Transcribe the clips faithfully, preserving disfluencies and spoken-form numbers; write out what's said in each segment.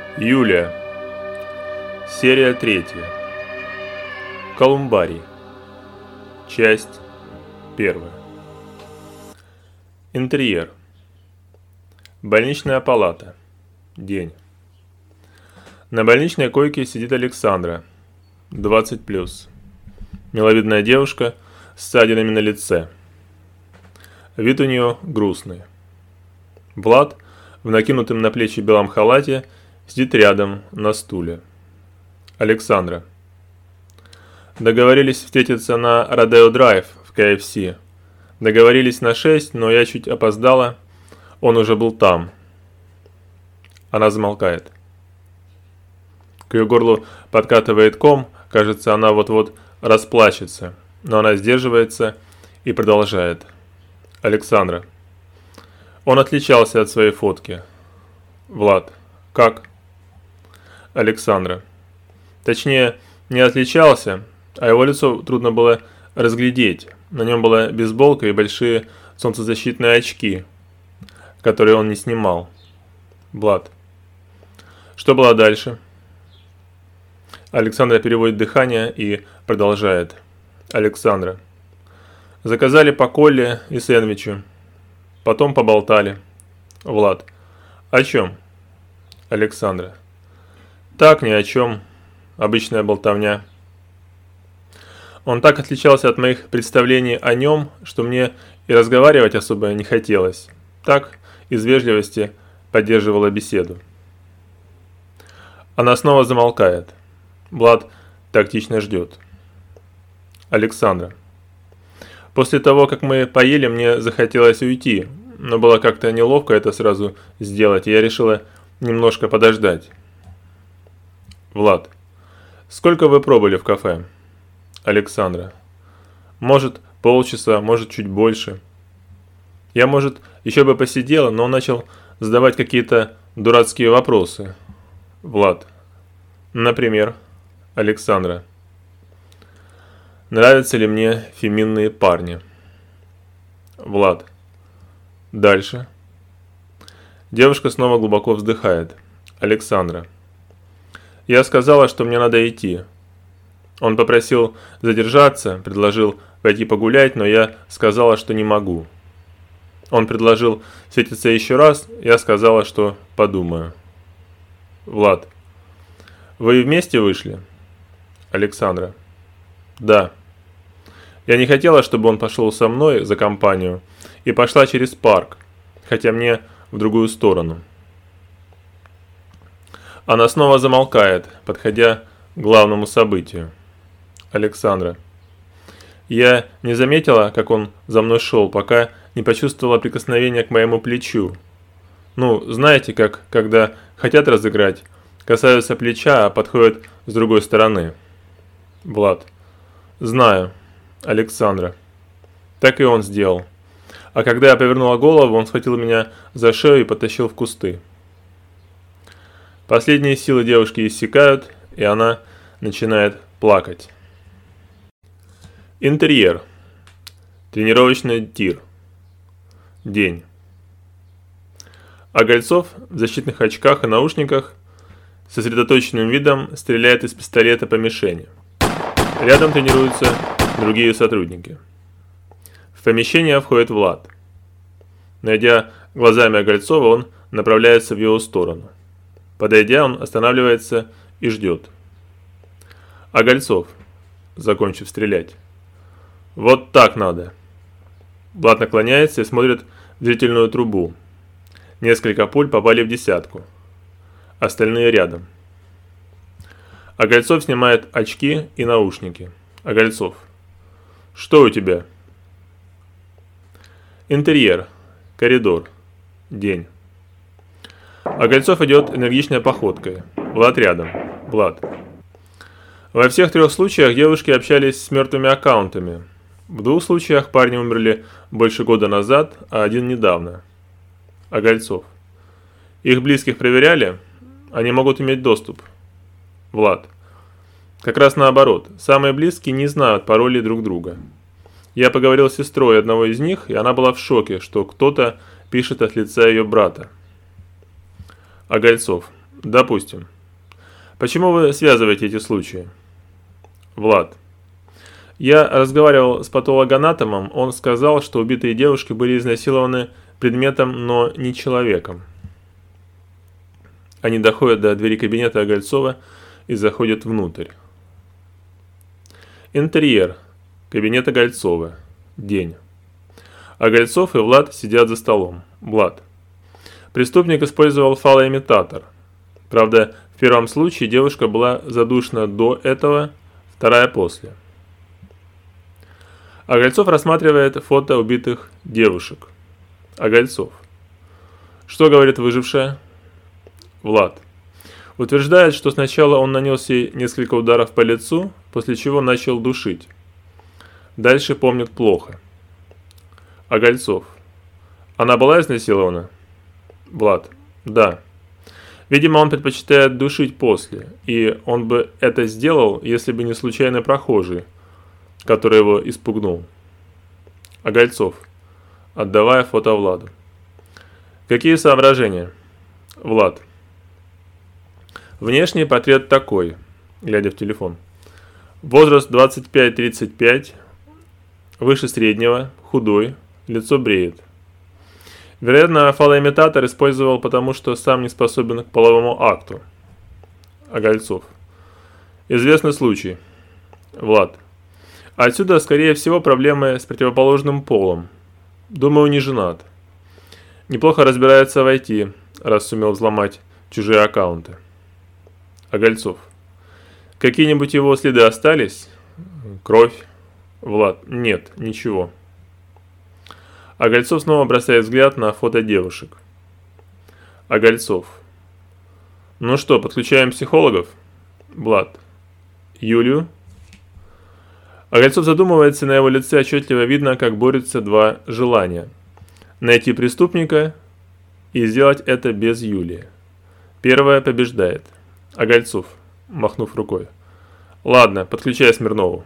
Юлия. Серия третья. Колумбарий. Часть первая. Интерьер. Больничная палата. День. На больничной койке сидит Александра, двадцать плюс. Миловидная девушка с ссадинами на лице. Вид у нее грустный. Влад в накинутом на плечи белом халате сидит рядом на стуле. Александра. Договорились встретиться на Родео Драйв в ка эф си. Договорились на шесть, но я чуть опоздала. Он уже был там. Она замолкает. К ее горлу подкатывает ком. Кажется, она вот-вот расплачется. Но она сдерживается и продолжает. Александра. Он отличался от своей фотки. Влад. Как? Александра. Точнее, не отличался, а его лицо трудно было разглядеть. На нем была бейсболка и большие солнцезащитные очки, которые он не снимал. Влад. Что было дальше? Александра переводит дыхание и продолжает. Александра. Заказали по коле и сэндвичу. Потом поболтали. Влад. О чем? Александра. Так, ни о чем. Обычная болтовня. Он так отличался от моих представлений о нем, что мне и разговаривать особо не хотелось. Так, из вежливости, поддерживала беседу. Она снова замолкает. Влад тактично ждет. Александра. После того, как мы поели, мне захотелось уйти, но было как-то неловко это сразу сделать, и я решила немножко подождать. Влад. Сколько вы пробыли в кафе? Александра. Может, полчаса, может, чуть больше. Я, может, еще бы посидела, но он начал задавать какие-то дурацкие вопросы. Влад. Например, Александра. Нравятся ли мне феминные парни? Влад. Дальше. Девушка снова глубоко вздыхает. Александра. Я сказала, что мне надо идти. Он попросил задержаться, предложил пойти погулять, но я сказала, что не могу. Он предложил встретиться еще раз, я сказала, что подумаю. Влад. Вы вместе вышли? Александра. Да. Я не хотела, чтобы он пошел со мной за компанию и пошла через парк, хотя мне в другую сторону. Она снова замолкает, подходя к главному событию. Александра. Я не заметила, как он за мной шел, пока не почувствовала прикосновение к моему плечу. Ну, знаете, как, когда хотят разыграть, касаются плеча, а подходят с другой стороны. Влад. Знаю. Александра. Так и он сделал. А когда я повернула голову, он схватил меня за шею и потащил в кусты. Последние силы девушки иссякают, и она начинает плакать. Интерьер. Тренировочный тир. День. А Гольцов в защитных очках и наушниках с сосредоточенным видом стреляет из пистолета по мишени. Рядом тренируются другие сотрудники. В помещение входит Влад. Найдя глазами Гольцова, он направляется в его сторону. Подойдя, он останавливается и ждет. А Гольцов, закончив стрелять. Вот так надо. Влад наклоняется и смотрит в зрительную трубу. Несколько пуль попали в десятку. Остальные рядом. А Гольцов снимает очки и наушники. А Гольцов. Что у тебя? Интерьер. Коридор. День. А Гольцов идет энергичной походкой. Влад рядом. Влад. Во всех трех случаях девушки общались с мертвыми аккаунтами. В двух случаях парни умерли больше года назад, а один недавно. А Гольцов. Их близких проверяли? Они могут иметь доступ. Влад. Как раз наоборот. Самые близкие не знают паролей друг друга. Я поговорил с сестрой одного из них, и она была в шоке, что кто-то пишет от лица ее брата. А Гольцов. Допустим. Почему вы связываете эти случаи? Влад. Я разговаривал с патологоанатомом, он сказал, что убитые девушки были изнасилованы предметом, но не человеком. Они доходят до двери кабинета Огольцова и заходят внутрь. Интерьер. Кабинет Огольцова. День. Огольцов и Влад сидят за столом. Влад. Преступник использовал фалоимитатор. Правда, в первом случае девушка была задушена до этого, вторая после. Огольцов рассматривает фото убитых девушек. Огольцов. Что говорит выжившая? Влад. Утверждает, что сначала он нанес ей несколько ударов по лицу, после чего начал душить. Дальше помнит плохо. Огольцов. Она была изнасилована? Влад. Да. Видимо, он предпочитает душить после, и он бы это сделал, если бы не случайный прохожий, который его испугнул. Огольцов. Отдавая фото Владу. Какие соображения? Влад. Внешний портрет такой, глядя в телефон. Возраст двадцать пять тридцать пять, выше среднего, худой, лицо бреет. Вероятно, фалоимитатор использовал, потому что сам не способен к половому акту. Огольцов. Известный случай. Влад. Отсюда, скорее всего, проблемы с противоположным полом. Думаю, не женат. Неплохо разбирается в ай ти, раз сумел взломать чужие аккаунты. Огольцов. Какие-нибудь его следы остались? Кровь? Влад. Нет, ничего. Огольцов снова бросает взгляд на фото девушек. Огольцов. Ну что, подключаем психологов? Влад. Юлию? Огольцов задумывается, на его лице отчетливо видно, как борются два желания. Найти преступника и сделать это без Юлии. Первое побеждает. Огольцов, махнув рукой. Ладно, подключай Смирнову.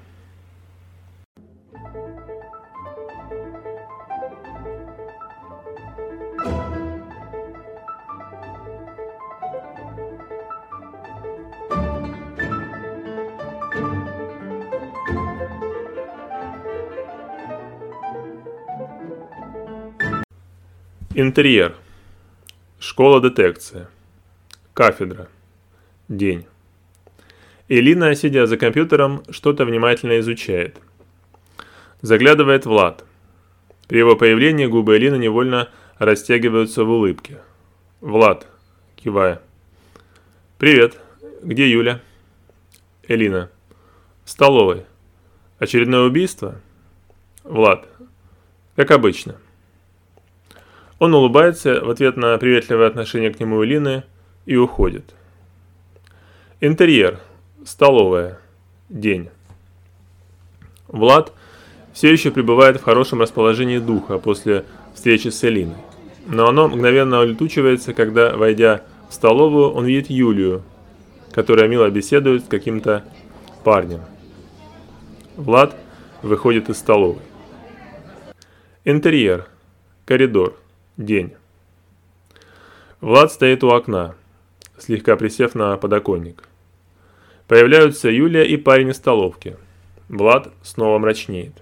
Интерьер. Школа детекции. Кафедра. День. Элина, сидя за компьютером, что-то внимательно изучает. Заглядывает Влад. При его появлении губы Элины невольно растягиваются в улыбке. Влад, кивая. «Привет. Где Юля?» Элина. «В столовой. Очередное убийство?» Влад. «Как обычно». Он улыбается в ответ на приветливое отношение к нему Элины и уходит. Интерьер. Столовая. День. Влад все еще пребывает в хорошем расположении духа после встречи с Элиной. Но оно мгновенно улетучивается, когда, войдя в столовую, он видит Юлию, которая мило беседует с каким-то парнем. Влад выходит из столовой. Интерьер. Коридор. День. Влад стоит у окна, слегка присев на подоконник. Появляются Юлия и парень из столовки. Влад снова мрачнеет.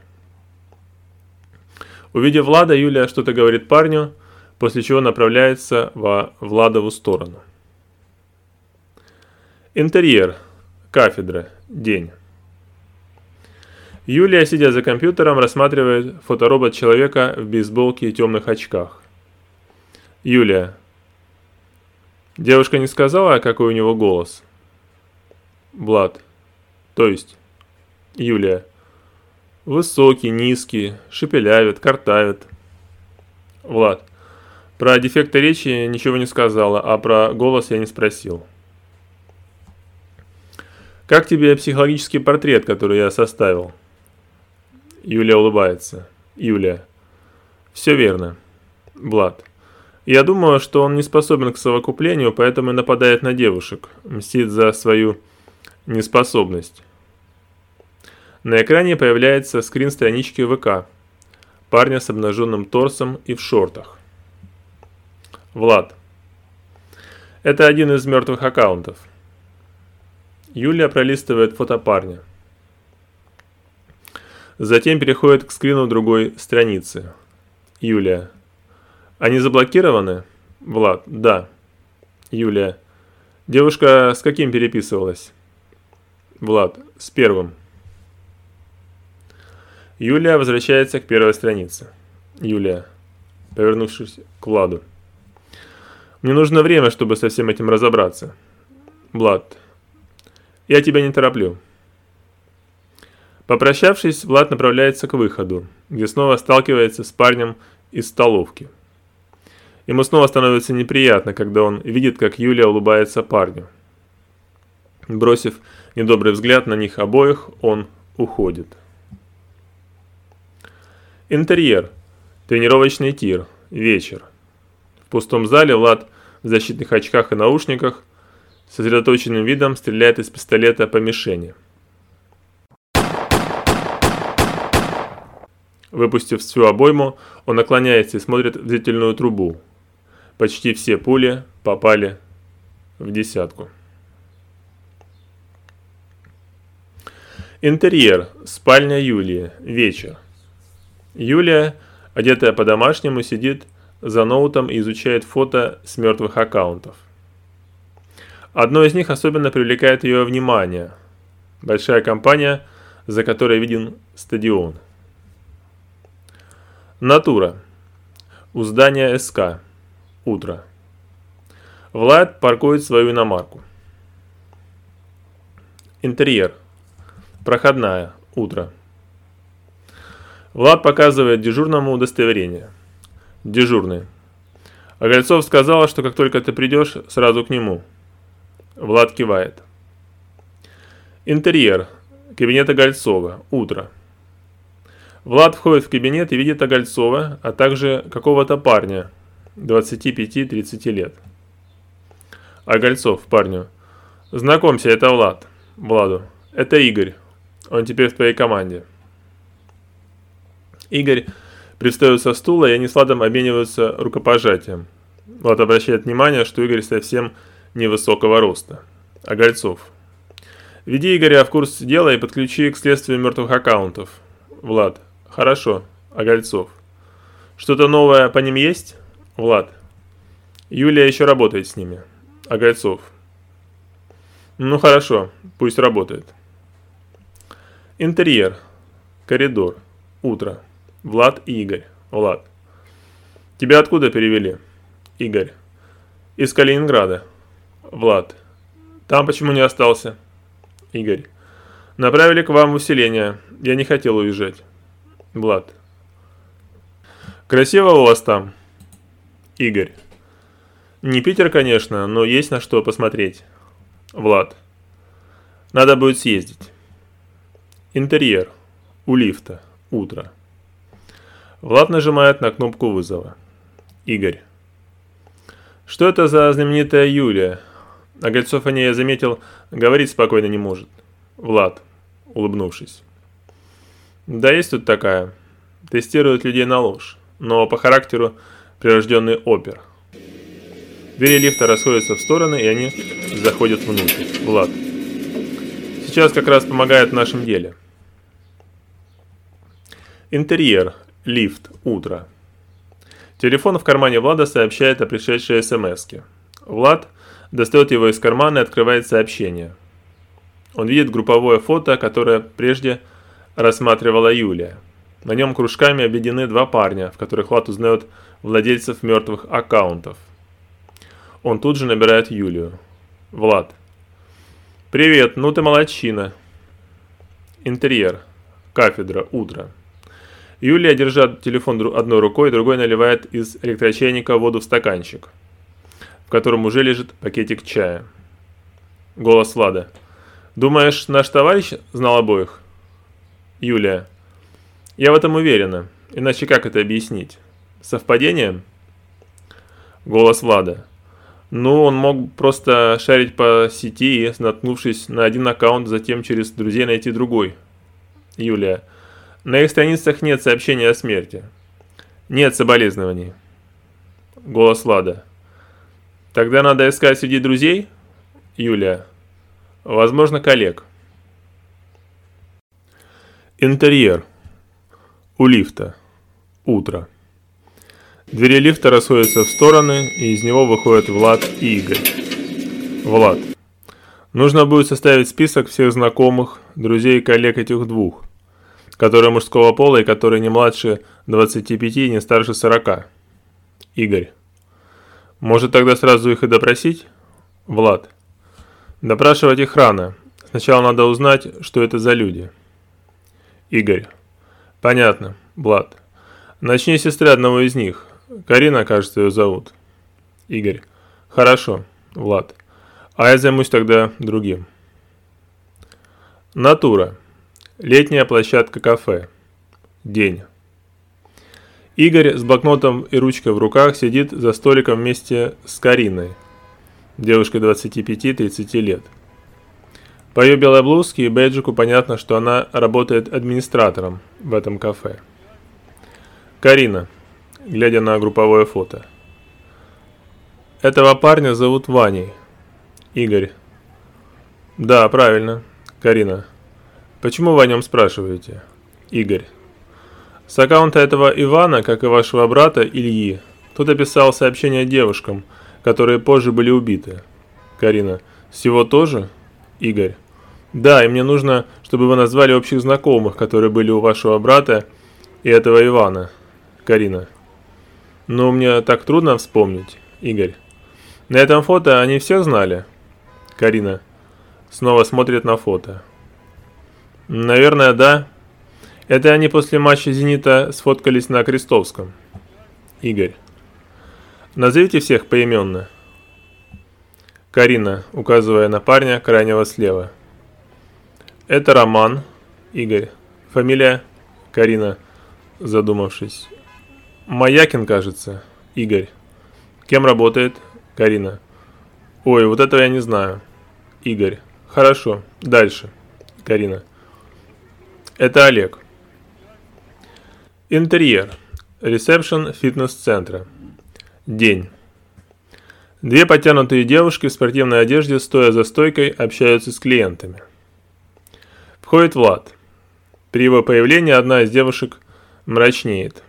Увидев Влада, Юлия что-то говорит парню, после чего направляется во Владову сторону. Интерьер. Кафедра. День. Юлия, сидя за компьютером, рассматривает фоторобот человека в бейсболке и темных очках. Юлия. Девушка не сказала, какой у него голос? Влад. То есть? Юлия. Высокий, низкий, шепелявит, картавит. Влад. Про дефекты речи ничего не сказала, а про голос я не спросил. Как тебе психологический портрет, который я составил? Юлия улыбается. Юлия. Все верно. Влад. Я думаю, что он не способен к совокуплению, поэтому и нападает на девушек, мстит за свою неспособность. На экране появляется скрин странички ВК. Парня с обнаженным торсом и в шортах. Влад. Это один из мертвых аккаунтов. Юлия пролистывает фото парня. Затем переходит к скрину другой страницы. Юлия. Они заблокированы? Влад. Да. Юлия. Девушка с каким переписывалась? Влад. С первым. Юлия возвращается к первой странице. Юлия, повернувшись к Владу. Мне нужно время, чтобы со всем этим разобраться. Влад. Я тебя не тороплю. Попрощавшись, Влад направляется к выходу, где снова сталкивается с парнем из столовки. Ему снова становится неприятно, когда он видит, как Юлия улыбается парню. Бросив недобрый взгляд на них обоих, он уходит. Интерьер. Тренировочный тир. Вечер. В пустом зале Влад в защитных очках и наушниках с сосредоточенным видом стреляет из пистолета по мишени. Выпустив всю обойму, он наклоняется и смотрит в зрительную трубу. Почти все пули попали в десятку. Интерьер. Спальня Юлии. Вечер. Юлия, одетая по-домашнему, сидит за ноутом и изучает фото с мертвых аккаунтов. Одно из них особенно привлекает ее внимание. Большая компания, за которой виден стадион. Натура. У здания СК. Утро. Влад паркует свою иномарку. Интерьер. Проходная. Утро. Влад показывает дежурному удостоверение. Дежурный. А Гольцов сказала, что как только ты придешь, сразу к нему. Влад кивает. Интерьер. Кабинета Гольцова. Утро. Влад входит в кабинет и видит Огольцова, а также какого-то парня, двадцати пяти-тридцати лет. Огольцов парню. Знакомься, это Влад. Владу. Это Игорь. Он теперь в твоей команде. Игорь привстает со стула, и они с Владом обмениваются рукопожатием. Влад обращает внимание, что Игорь совсем невысокого роста. Огольцов. Веди Игоря в курс дела и подключи к следствию мертвых аккаунтов. Влад. Хорошо. Огольцов. Что-то новое по ним есть? Влад. Юлия еще работает с ними. Огольцов. Ну хорошо, пусть работает. Интерьер. Коридор. Утро. Влад и Игорь. Влад. Тебя откуда перевели? Игорь. Из Калининграда. Влад. Там почему не остался? Игорь. Направили к вам в усиление. Я не хотел уезжать. Влад. Красиво у вас там? Игорь. Не Питер, конечно, но есть на что посмотреть. Влад. Надо будет съездить. Интерьер. У лифта. Утро. Влад нажимает на кнопку вызова. Игорь. Что это за знаменитая Юлия? Огольцов о ней, я заметил, говорить спокойно не может. Влад, улыбнувшись. Да есть тут такая. Тестирует людей на ложь, но по характеру прирожденный опер. Двери лифта расходятся в стороны, и они заходят внутрь. Влад. Сейчас как раз помогает в нашем деле. Интерьер. Лифт. Утро. Телефон в кармане Влада сообщает о пришедшей смс-ке. Влад достает его из кармана и открывает сообщение. Он видит групповое фото, которое прежде рассматривала Юлия. На нем кружками обведены два парня, в которых Влад узнает владельцев мертвых аккаунтов. Он тут же набирает Юлию. Влад. Привет, ну ты молодчина. Интерьер. Кафедра. Утро. Юлия, держа телефон одной рукой, другой наливает из электрочайника воду в стаканчик, в котором уже лежит пакетик чая. Голос Влада. Думаешь, наш товарищ знал обоих? Юлия. Я в этом уверена. Иначе как это объяснить? Совпадение? Голос Влада. Ну, он мог просто шарить по сети и, наткнувшись на один аккаунт, затем через друзей найти другой. Юлия. На их страницах нет сообщения о смерти. Нет соболезнований. Голос Влада. Тогда надо искать среди друзей? Юлия. Возможно, коллег. Интерьер. У лифта. Утро. Двери лифта расходятся в стороны, и из него выходят Влад и Игорь. Влад. Нужно будет составить список всех знакомых, друзей и коллег этих двух, которые мужского пола и которые не младше двадцати пяти и не старше сорока. Игорь. Может, тогда сразу их и допросить? Влад. Допрашивать их рано. Сначала надо узнать, что это за люди. Игорь. Понятно, Влад. Начни с сестры одного из них. Карина, кажется, ее зовут. Игорь. Хорошо, Влад. А я займусь тогда другим. Натура. Летняя площадка кафе. День. Игорь с блокнотом и ручкой в руках сидит за столиком вместе с Кариной, девушкой двадцати пяти - тридцати лет. По ее белой блузке и бейджику понятно, что она работает администратором в этом кафе. Карина, глядя на групповое фото. Этого парня зовут Ваней. Игорь. Да, правильно. Карина. Почему вы о нем спрашиваете? Игорь. С аккаунта этого Ивана, как и вашего брата Ильи, кто-то писал сообщения девушкам, которые позже были убиты. Карина. Всего тоже? Игорь. Да, и мне нужно, чтобы вы назвали общих знакомых, которые были у вашего брата и этого Ивана. Карина. Ну, мне так трудно вспомнить. Игорь. На этом фото они всех знали? Карина. Снова смотрит на фото. Наверное, да. Это они после матча «Зенита» сфоткались на Крестовском. Игорь. Назовите всех поименно. Карина, указывая на парня крайнего слева. Это Роман. Игорь. Фамилия? Карина, задумавшись. Маякин, кажется. Игорь. Кем работает? Карина. Ой, вот этого я не знаю. Игорь. Хорошо. Дальше. Карина. Это Олег. Интерьер. Ресепшн фитнес-центра. День. Две подтянутые девушки в спортивной одежде, стоя за стойкой, общаются с клиентами. Входит Влад. При его появлении одна из девушек мрачнеет.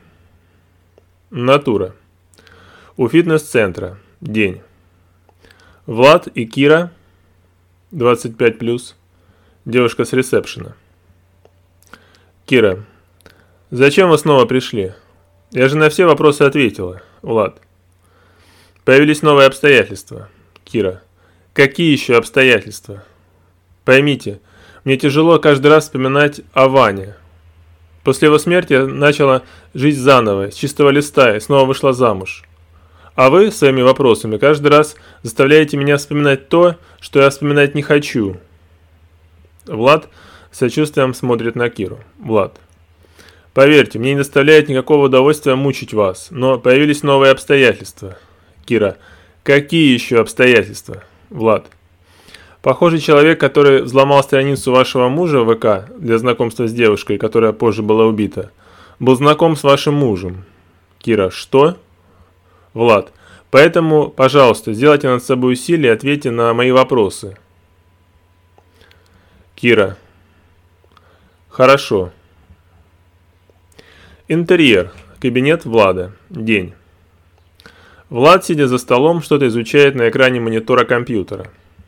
Натура. У фитнес-центра. День. Влад и Кира, двадцать пять плюс, девушка с ресепшена. Кира. Зачем вы снова пришли? Я же на все вопросы ответила. Влад. Появились новые обстоятельства. Кира. Какие еще обстоятельства? Поймите, мне тяжело каждый раз вспоминать о Ване. После его смерти я начала жить заново, с чистого листа и снова вышла замуж. А вы своими вопросами каждый раз заставляете меня вспоминать то, что я вспоминать не хочу. Влад с сочувствием смотрит на Киру. Влад. Поверьте, мне не доставляет никакого удовольствия мучить вас, но появились новые обстоятельства. Кира. Какие еще обстоятельства? Влад. Похоже, человек, который взломал страницу вашего мужа в ВК для знакомства с девушкой, которая позже была убита, был знаком с вашим мужем. Кира. Что? Влад. Поэтому, пожалуйста, сделайте над собой усилие и ответьте на мои вопросы. Кира. Хорошо. Интерьер. Кабинет Влада. День. Влад, сидя за столом, что-то изучает на экране монитора компьютера.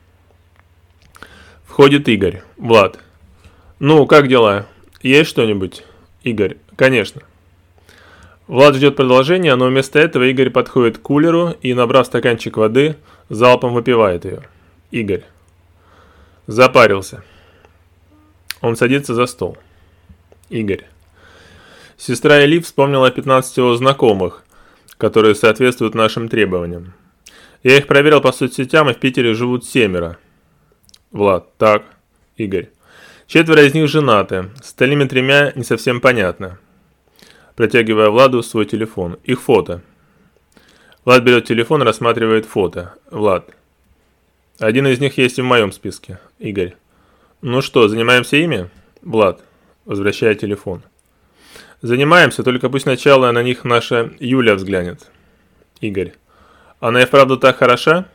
Входит Игорь. Влад. Ну, как дела? Есть что-нибудь? Игорь. Конечно. Влад ждет продолжения, но вместо этого Игорь подходит к кулеру и, набрав стаканчик воды, залпом выпивает ее. Игорь. Запарился. Он садится за стол. Игорь. Сестра Эли вспомнила пятнадцать его знакомых, которые соответствуют нашим требованиям. Я их проверил по соцсетям, и в Питере живут семеро. Влад. Так. Игорь. Четверо из них женаты, с остальными тремя не совсем понятно. Протягивая Владу свой телефон. Их фото. Влад берет телефон и рассматривает фото. Влад. Один из них есть и в моем списке. Игорь. Ну что, занимаемся ими? Влад. Возвращая телефон. Занимаемся, только пусть сначала на них наша Юля взглянет. Игорь. Она и вправду так хороша?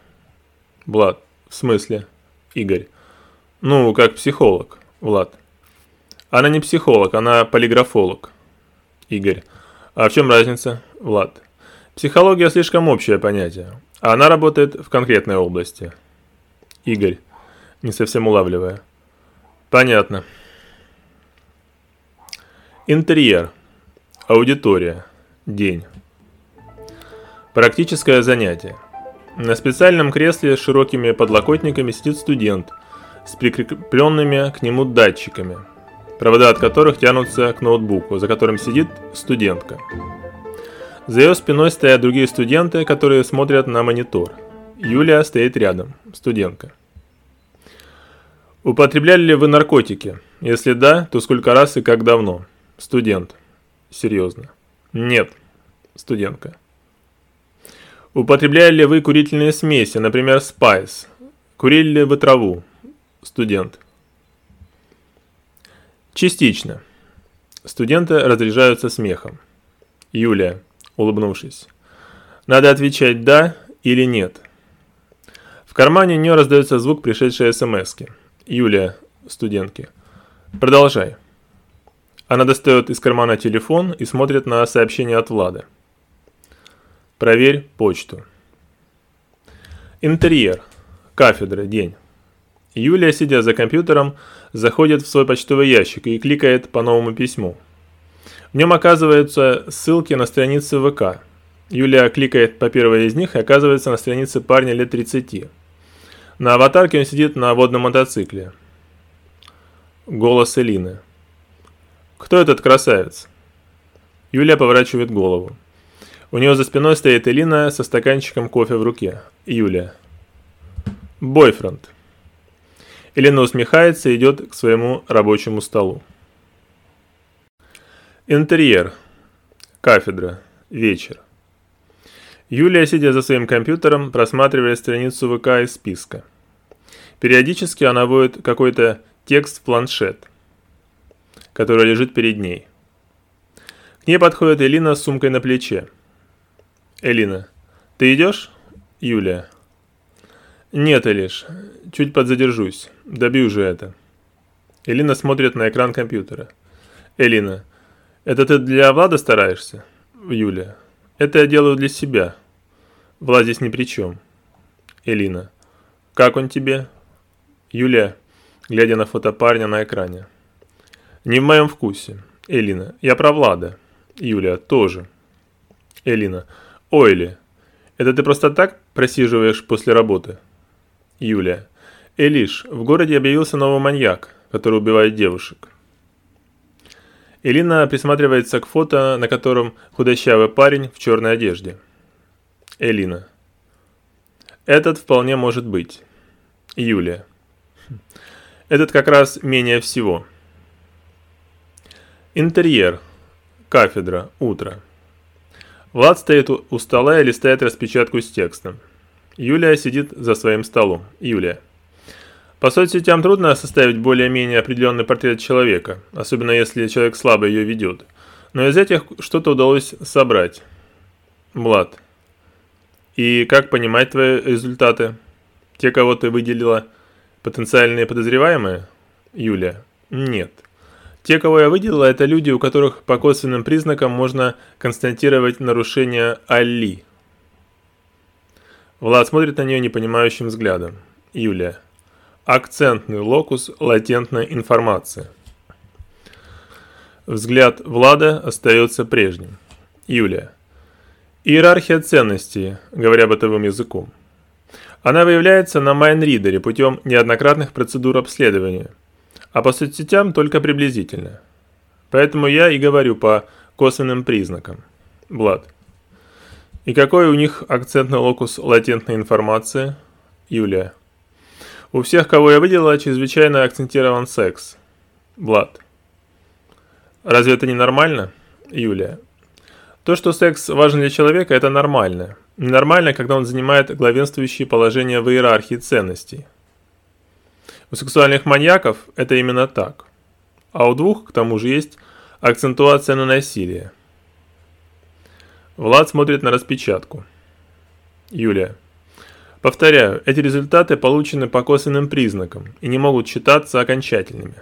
Влад. В смысле? Игорь. Ну, как психолог. Влад. Она не психолог, она полиграфолог. Игорь. А в чем разница? Влад. Психология слишком общее понятие, а она работает в конкретной области. Игорь. Не совсем улавливая. Понятно. Интерьер. Аудитория. День. Практическое занятие. На специальном кресле с широкими подлокотниками сидит студент с прикрепленными к нему датчиками, провода от которых тянутся к ноутбуку, за которым сидит студентка. За ее спиной стоят другие студенты, которые смотрят на монитор. Юлия стоит рядом, студентка. Употребляли ли вы наркотики? Если да, то сколько раз и как давно? Студент. Серьезно. Нет. Студентка. Употребляли ли вы курительные смеси, например, спайс? Курили ли вы траву? Студент. Частично. Студенты разряжаются смехом. Юлия, улыбнувшись. Надо отвечать «да» или «нет». В кармане у нее раздается звук пришедшей смски. Юлия, студентке. Продолжай. Она достает из кармана телефон и смотрит на сообщение от Влада. Проверь почту. Интерьер. Кафедра. День. Юлия, сидя за компьютером, заходит в свой почтовый ящик и кликает по новому письму. В нем оказываются ссылки на страницы ВК. Юлия кликает по первой из них и оказывается на странице парня лет тридцати. На аватарке он сидит на водном мотоцикле. Голос Элины. Кто этот красавец? Юлия поворачивает голову. У нее за спиной стоит Элина со стаканчиком кофе в руке. Юлия. Бойфренд. Элина усмехается и идет к своему рабочему столу. Интерьер. Кафедра. Вечер. Юлия, сидя за своим компьютером, просматривает страницу ВК из списка. Периодически она вводит какой-то текст в планшет, который лежит перед ней. К ней подходит Элина с сумкой на плече. Элина. Ты идешь? Юлия. Нет, Элиш, чуть подзадержусь. Добью же это. Элина смотрит на экран компьютера. Элина. Это ты для Влада стараешься? Юлия. Это я делаю для себя. Влад здесь ни при чем. Элина. Как он тебе? Юлия, глядя на фото парня на экране. Не в моем вкусе. Элина. Я про Влада. Юлия. Тоже. Элина. Ойли. Это ты просто так просиживаешь после работы? Юлия. Элиш, в городе объявился новый маньяк, который убивает девушек. Элина присматривается к фото, на котором худощавый парень в черной одежде. Элина. Этот вполне может быть. Юлия. Этот как раз менее всего. Интерьер. Кафедра. Утро. Влад стоит у стола и листает распечатку с текстом. Юлия сидит за своим столом. Юлия. По соцсетям трудно составить более-менее определенный портрет человека, особенно если человек слабо ее ведет. Но из этих что-то удалось собрать. Влад. И как понимать твои результаты? Те, кого ты выделила, потенциальные подозреваемые? Юлия. Нет. Те, кого я выделила, это люди, у которых по косвенным признакам можно констатировать нарушение АЛИ. Влад смотрит на нее непонимающим взглядом. Юлия. Акцентный локус латентной информации. Взгляд Влада остается прежним. Юлия. Иерархия ценностей, говоря бытовым языком. Она выявляется на майнридере путем неоднократных процедур обследования, а по соцсетям только приблизительно. Поэтому я и говорю по косвенным признакам. Влад. И какой у них акцентный локус латентной информации? Юлия. У всех, кого я выделила, чрезвычайно акцентирован секс. Влад. Разве это не нормально? Юлия. То, что секс важен для человека, это нормально. Ненормально, когда он занимает главенствующее положение в иерархии ценностей. У сексуальных маньяков это именно так. А у двух, к тому же, есть акцентуация на насилие. Влад смотрит на распечатку. Юлия. Повторяю, эти результаты получены по косвенным признакам и не могут считаться окончательными.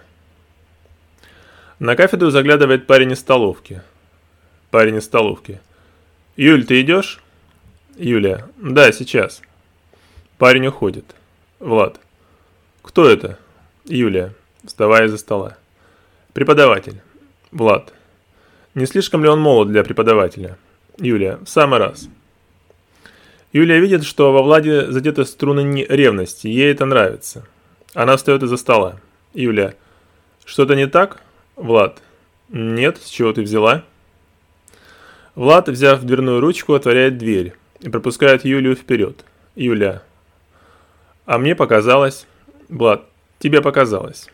На кафедру заглядывает парень из столовки. Парень из столовки. «Юль, ты идешь?» Юлия. «Да, сейчас». Парень уходит. Влад. «Кто это?» Юлия, вставая из-за стола. «Преподаватель». Влад. «Не слишком ли он молод для преподавателя?» Юлия. «В самый раз». Юлия видит, что во Владе задеты струны ревности, ей это нравится. Она встает из-за стола. Юлия. «Что-то не так?» Влад. «Нет, с чего ты взяла?» Влад, взяв дверную ручку, отворяет дверь и пропускает Юлию вперед. Юлия. «А мне показалось...» Влад. «Тебе показалось».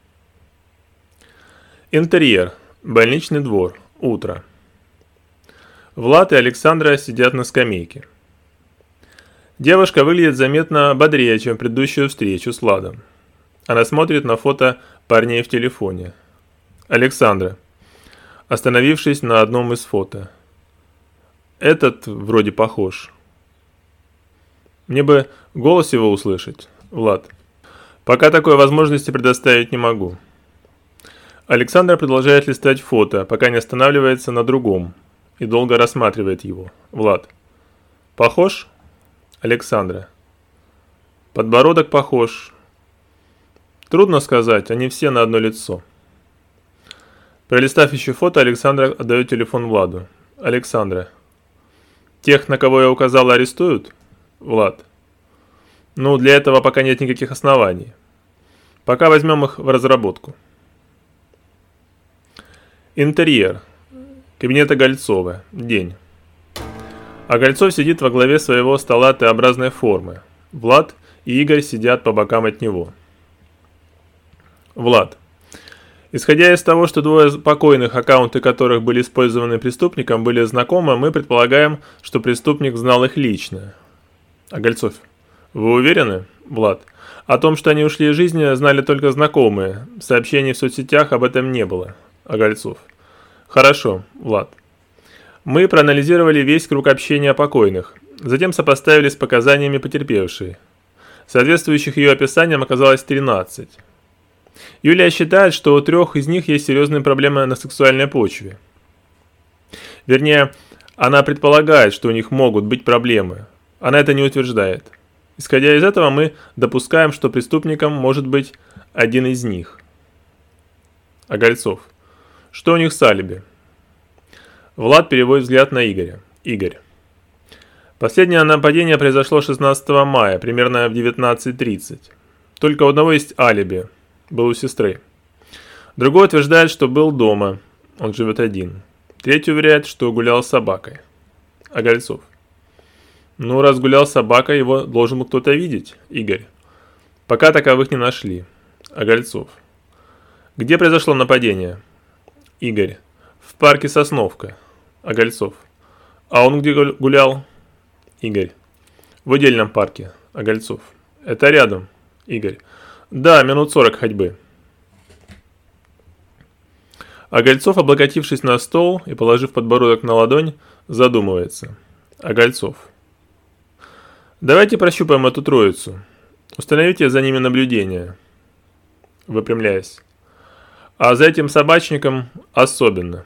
Интерьер. Больничный двор. Утро. Влад и Александра сидят на скамейке. Девушка выглядит заметно бодрее, чем предыдущую встречу с Владом. Она смотрит на фото парней в телефоне. Александра, остановившись на одном из фото. Этот вроде похож. Мне бы голос его услышать. Влад. Пока такой возможности предоставить не могу. Александра продолжает листать фото, пока не останавливается на другом и долго рассматривает его. Влад. Похож? Александра. Подбородок похож. Трудно сказать, они все на одно лицо. Пролистав еще фото, Александра отдает телефон Владу. Александра. Тех, на кого я указал, арестуют? Влад. Ну, для этого пока нет никаких оснований. Пока возьмем их в разработку. Интерьер. Кабинета Гольцова. День. А Гольцов сидит во главе своего стола Т-образной формы. Влад и Игорь сидят по бокам от него. Влад. Исходя из того, что двое покойных, аккаунты которых были использованы преступником, были знакомы, мы предполагаем, что преступник знал их лично. А Гольцов. Вы уверены? Влад. О том, что они ушли из жизни, знали только знакомые. Сообщений в соцсетях об этом не было. А Гольцов. Хорошо, Влад. Мы проанализировали весь круг общения покойных, затем сопоставили с показаниями потерпевшей. Соответствующих ее описаниям оказалось тринадцать. Юлия считает, что у трех из них есть серьезные проблемы на сексуальной почве. Вернее, она предполагает, что у них могут быть проблемы. Она это не утверждает. Исходя из этого, мы допускаем, что преступником может быть один из них. А Гольцов. Что у них с алиби? Влад переводит взгляд на Игоря. Игорь. Последнее нападение произошло шестнадцатого мая, примерно в девятнадцать тридцать. Только у одного есть алиби. Был у сестры. Другой утверждает, что был дома. Он живет один. Третий уверяет, что гулял с собакой. А Гольцов. Ну, раз гулял с собакой, его должен был кто-то видеть. Игорь. Пока таковых не нашли. А Гольцов. Где произошло нападение? Игорь. В парке Сосновка. А Гольцов. А он где гулял? Игорь. В отдельном парке. А Гольцов. Это рядом. Игорь. Да, минут сорок ходьбы. А Гольцов, облокотившись на стол и положив подбородок на ладонь, задумывается. А Гольцов. Давайте прощупаем эту троицу. Установите за ними наблюдение. Выпрямляясь. А за этим собачником особенно.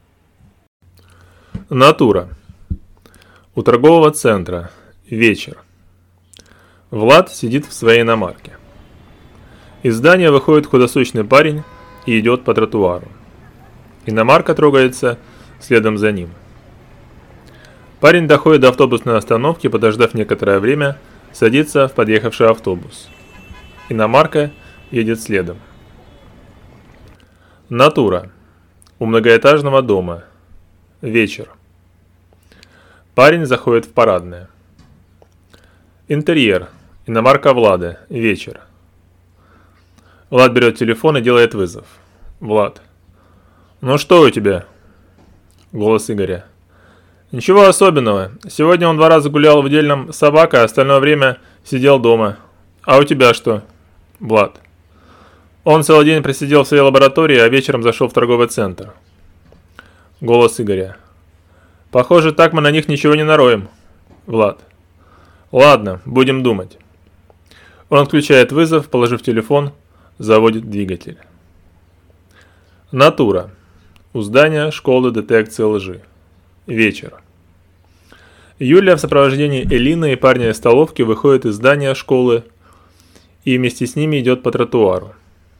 Натура. У торгового центра. Вечер. Влад сидит в своей иномарке. Из здания выходит худосочный парень и идет по тротуару. Иномарка трогается следом за ним. Парень доходит до автобусной остановки, подождав некоторое время, садится в подъехавший автобус. Иномарка едет следом. Натура. У многоэтажного дома. Вечер. Парень заходит в парадное. Интерьер. Иномарка Влада. Вечер. Влад берет телефон и делает вызов. Влад. Ну что у тебя? Голос Игоря. Ничего особенного. Сегодня он два раза гулял в отдельном с собакой, а остальное время сидел дома. А у тебя что? Влад. Он целый день просидел в своей лаборатории, а вечером зашел в торговый центр. Голос Игоря. Похоже, так мы на них ничего не нароем. Влад. Ладно, будем думать. Он отключает вызов, положив телефон, заводит двигатель. Натура. У здания школы детекции лжи. Вечер. Юлия в сопровождении Элины и парня из столовки выходит из здания школы и вместе с ними идет по тротуару.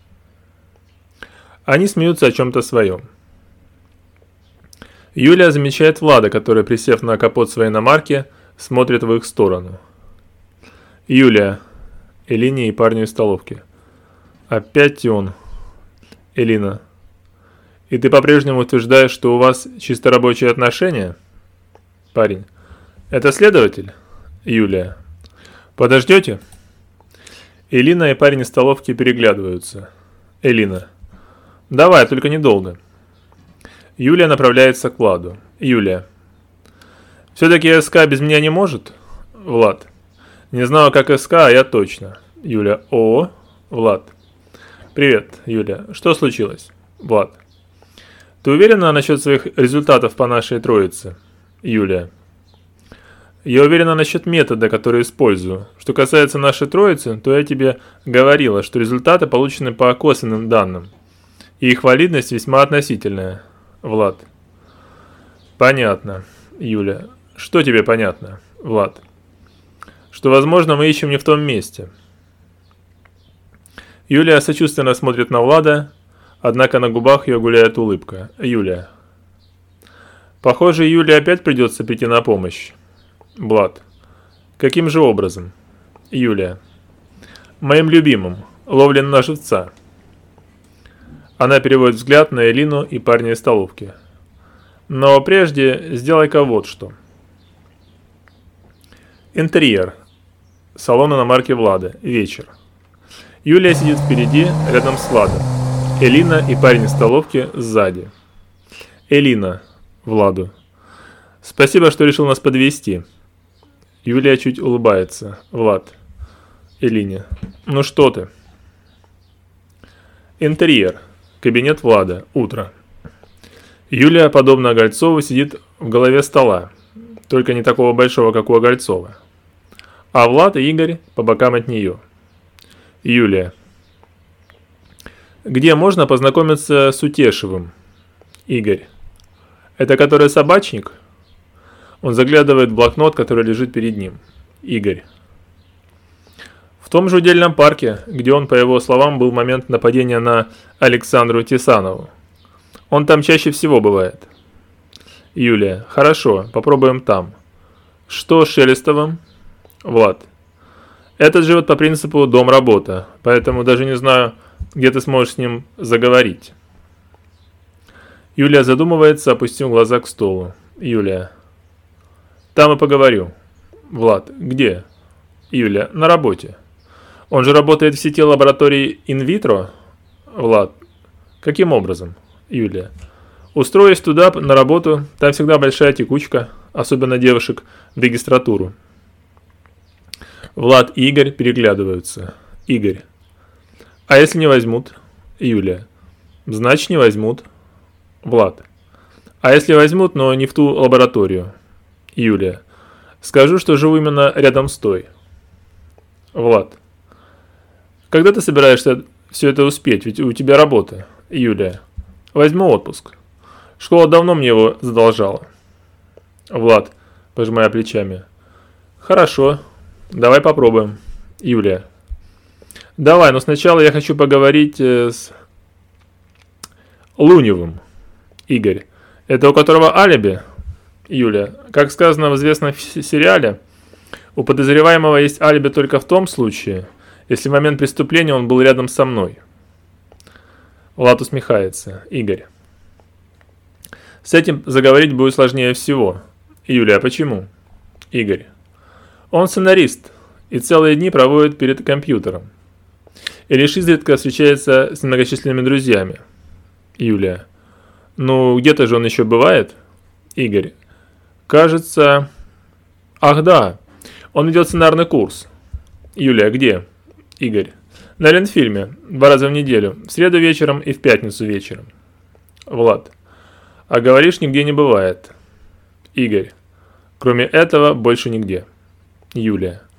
Они смеются о чем-то своем. Юлия замечает Влада, который, присев на капот своей иномарки, смотрит в их сторону. Юлия. Элине и парню из столовки. Опять он. Элина. И ты по-прежнему утверждаешь, что у вас чисто рабочие отношения? Парень. Это следователь? Юлия. Подождете? Элина и парень из столовки переглядываются. Элина. Давай, только недолго. Юлия направляется к Владу. Юлия. Все-таки СК без меня не может? Влад. Не знаю, как СК, а я точно. Юля. О, Влад. Привет, Юля. Что случилось? Влад. Ты уверена насчет своих результатов по нашей троице? Юлия. Я уверена насчет метода, который использую. Что касается нашей троицы, то я тебе говорила, что результаты получены по косвенным данным. И их валидность весьма относительная. Влад. Понятно. Юля. Что тебе понятно? Влад. Что, возможно, мы ищем не в том месте. Юлия сочувственно смотрит на Влада, однако на губах ее гуляет улыбка. Юлия. Похоже, Юле опять придется прийти на помощь. Влад. Каким же образом? Юлия. Моим любимым. Ловлен на живца. Она переводит взгляд на Элину и парня из столовки. Но прежде сделай-ка вот что. Интерьер. Салон иномарки Влада. Вечер. Юлия сидит впереди, рядом с Владом. Элина и парень из столовки сзади. Элина. Владу. Спасибо, что решил нас подвезти. Юлия чуть улыбается. Влад. Элине. Ну что ты? Интерьер. Кабинет Влада. Утро. Юлия, подобно Огольцову, сидит в голове стола. Только не такого большого, как у Огольцова. А Влад и Игорь по бокам от нее. Юлия. Где можно познакомиться с Утешевым? Игорь. Это который собачник? Он заглядывает в блокнот, который лежит перед ним. Игорь. В том же удельном парке, где он, по его словам, был в момент нападения на Александру Тесанову. Он там чаще всего бывает. Юлия. Хорошо, попробуем там. Что с Шелестовым? Влад. Этот живет по принципу дом-работа, поэтому даже не знаю, где ты сможешь с ним заговорить. Юлия задумывается, опустив глаза к столу. Юлия. Там и поговорю. Влад. Где? Юлия. На работе. Он же работает в сети лабораторий инвитро? Влад. Каким образом? Юлия. Устроюсь туда на работу, там всегда большая текучка, особенно девушек в регистратуру. Влад и Игорь переглядываются. Игорь. А если не возьмут? Юлия. Значит, не возьмут. Влад. А если возьмут, но не в ту лабораторию? Юлия. Скажу, что живу именно рядом с той. Влад. Когда ты собираешься все это успеть? Ведь у тебя работа. Юлия. Возьму отпуск. Школа давно мне его задолжала. Влад, пожимая плечами. Хорошо. Давай попробуем. Юлия. Давай, но сначала я хочу поговорить э, с Луневым. Игорь. Это у которого алиби? Юлия. Как сказано в известном сериале, у подозреваемого есть алиби только в том случае, если в момент преступления он был рядом со мной. Влад усмехается. Игорь. С этим заговорить будет сложнее всего. Юлия. Почему? Игорь. Он сценарист и целые дни проводит перед компьютером. И лишь изредка встречается с многочисленными друзьями. Юлия. Ну, где-то же он еще бывает? Игорь. Кажется... Ах да, он ведет сценарный курс. Юлия. Где? Игорь. На Ленфильме. Два раза в неделю. В среду вечером и в пятницу вечером. Влад. А говоришь, нигде не бывает. Игорь. Кроме этого, больше нигде. Юлия.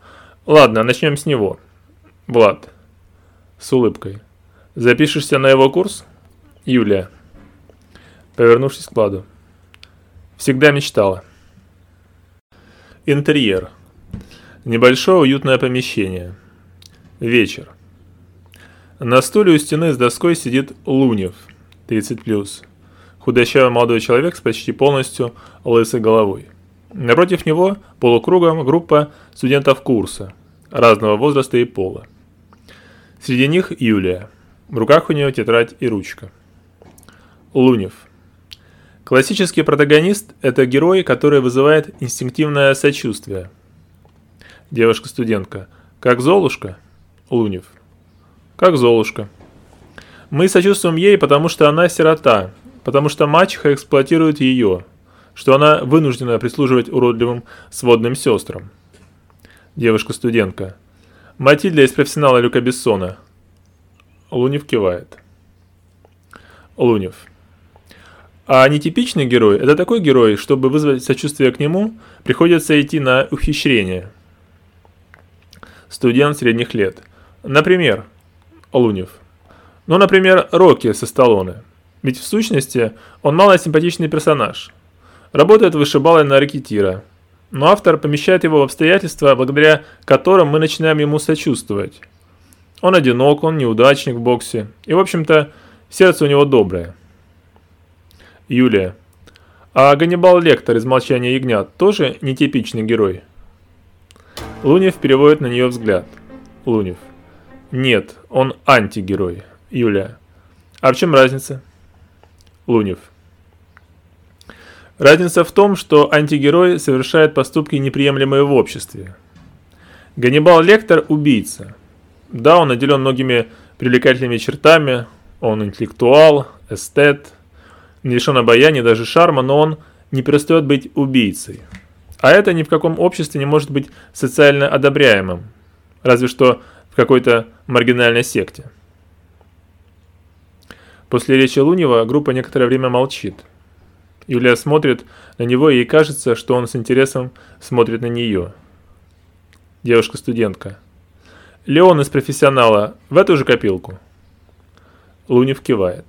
Ладно, начнем с него. Влад. С улыбкой. Запишешься на его курс? Юлия. Повернувшись к Владу. Всегда мечтала. Интерьер. Небольшое уютное помещение. Вечер. На стуле у стены с доской сидит Лунев, тридцать плюс. Худощавый молодой человек с почти полностью лысой головой. Напротив него полукругом группа студентов курса, разного возраста и пола. Среди них Юлия. В руках у нее тетрадь и ручка. Лунев. Классический протагонист – это герой, который вызывает инстинктивное сочувствие. Девушка-студентка. Как Золушка? Лунев. Как Золушка. Мы сочувствуем ей, потому что она сирота, потому что мачеха эксплуатирует ее, что она вынуждена прислуживать уродливым сводным сестрам. Девушка-студентка. Матильда из профессионала Люка Бессона. Лунев кивает. Лунев. А нетипичный герой – это такой герой, чтобы вызвать сочувствие к нему, приходится идти на ухищрение. Студент средних лет. Например, Лунев. Ну, например, Рокки со Сталлоне. Ведь в сущности он малосимпатичный персонаж. Работает вышибалой на рэкетира. Но автор помещает его в обстоятельства, благодаря которым мы начинаем ему сочувствовать. Он одинок, он неудачник в боксе. И, в общем-то, сердце у него доброе. Юлия. А Ганнибал Лектор из «Молчания ягнят» тоже нетипичный герой? Лунев переводит на нее взгляд. Лунев. Нет, он антигерой. Юлия. А в чем разница? Лунев. Разница в том, что антигерой совершает поступки, неприемлемые в обществе. Ганнибал Лектор – убийца. Да, он наделен многими привлекательными чертами, он интеллектуал, эстет, не лишен обаяния, даже шарма, но он не перестает быть убийцей. А это ни в каком обществе не может быть социально одобряемым, разве что в какой-то маргинальной секте. После речи Лунева группа некоторое время молчит. Юлия смотрит на него, и ей кажется, что он с интересом смотрит на нее. Девушка-студентка. Леон из профессионала в эту же копилку? Лунев кивает.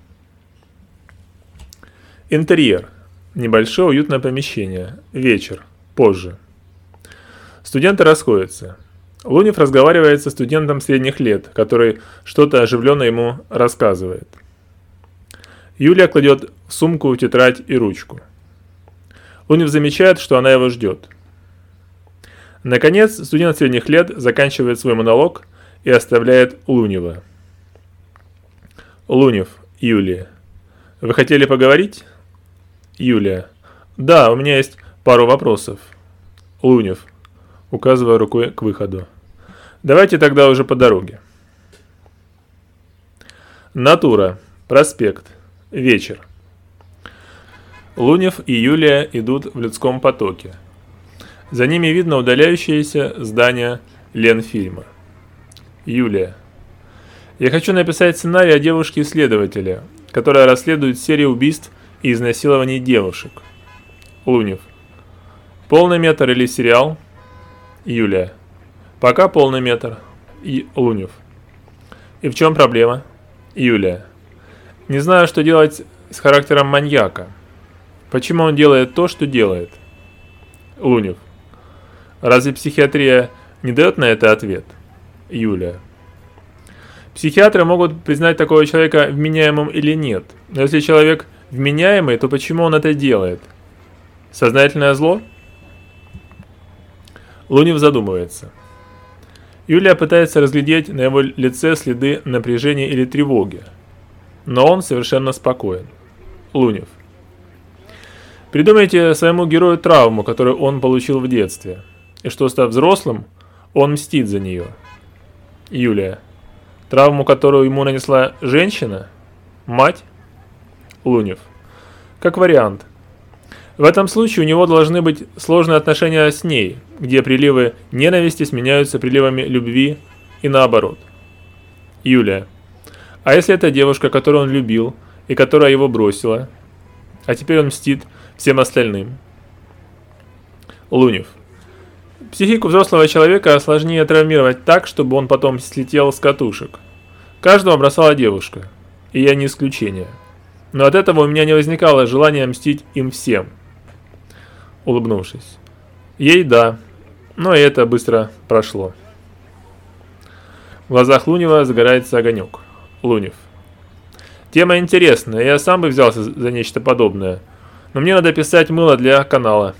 Интерьер. Небольшое уютное помещение. Вечер. Позже. Студенты расходятся. Лунев разговаривает со студентом средних лет, который что-то оживленно ему рассказывает. Юлия кладет в сумку тетрадь и ручку. Лунев замечает, что она его ждет. Наконец, студент средних лет заканчивает свой монолог и оставляет Лунева. Лунев. Юлия. Вы хотели поговорить? Юлия. Да, у меня есть пару вопросов. Лунев, указывая рукой к выходу. Давайте тогда уже по дороге. Натура. Проспект. Вечер. Лунев и Юлия идут в людском потоке. За ними видно удаляющееся здание Ленфильма. Юлия. Я хочу написать сценарий о девушке-исследователе, которая расследует серию убийств и изнасилований девушек. Лунев. Полный метр или сериал? Юлия. Пока полный метр. И Лунев. И в чем проблема? Юлия. Не знаю, что делать с характером маньяка. Почему он делает то, что делает? Лунев. Разве психиатрия не дает на это ответ? Юлия. Психиатры могут признать такого человека вменяемым или нет. Но если человек вменяемый, то почему он это делает? Сознательное зло? Лунев задумывается. Юлия пытается разглядеть на его лице следы напряжения или тревоги. Но он совершенно спокоен. Лунев. Придумайте своему герою травму, которую он получил в детстве. И что, став взрослым, он мстит за нее. Юлия. Травму, которую ему нанесла женщина? Мать? Лунев. Как вариант. В этом случае у него должны быть сложные отношения с ней, где приливы ненависти сменяются приливами любви и наоборот. Юлия. А если это девушка, которую он любил и которая его бросила, а теперь он мстит всем остальным? Лунев. Психику взрослого человека сложнее травмировать так, чтобы он потом слетел с катушек. Каждого бросала девушка, и я не исключение. Но от этого у меня не возникало желания мстить им всем. Улыбнувшись. Ей да, но и это быстро прошло. В глазах Лунева загорается огонек. Лунев. Тема интересная, я сам бы взялся за нечто подобное. Но мне надо писать мыло для канала.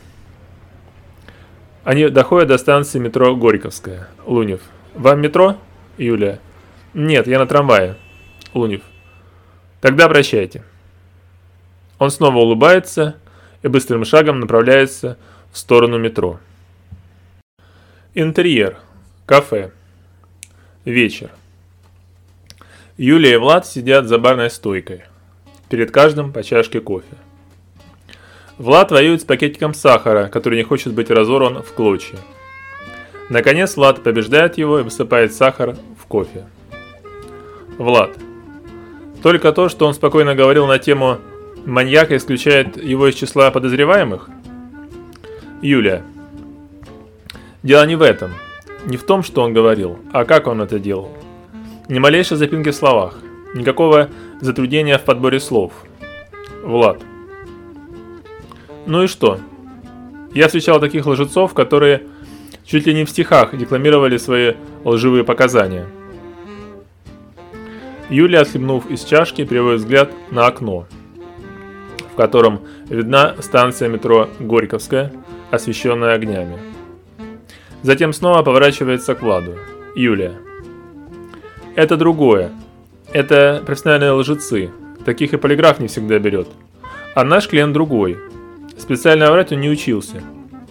Они доходят до станции метро Горьковская. Лунев. Вам метро? Юлия. Нет, я на трамвае. Лунев. Тогда прощайте. Он снова улыбается и быстрым шагом направляется в сторону метро. Интерьер. Кафе. Вечер. Юлия и Влад сидят за барной стойкой. Перед каждым по чашке кофе. Влад воюет с пакетиком сахара, который не хочет быть разорван в клочья. Наконец Влад побеждает его и высыпает сахар в кофе. Влад. Только то, что он спокойно говорил на тему «маньяка» исключает его из числа подозреваемых? Юлия. Дело не в этом. Не в том, что он говорил, а как он это делал. Ни малейшей запинки в словах. Никакого затруднения в подборе слов. Влад. Ну и что? Я встречал таких лжецов, которые чуть ли не в стихах декламировали свои лживые показания. Юлия, отхлебнув из чашки, переводит взгляд на окно, в котором видна станция метро Горьковская, освещенная огнями. Затем снова поворачивается к Владу. Юлия. Это другое. Это профессиональные лжецы. Таких и полиграф не всегда берет. А наш клиент другой. Специально врать он не учился.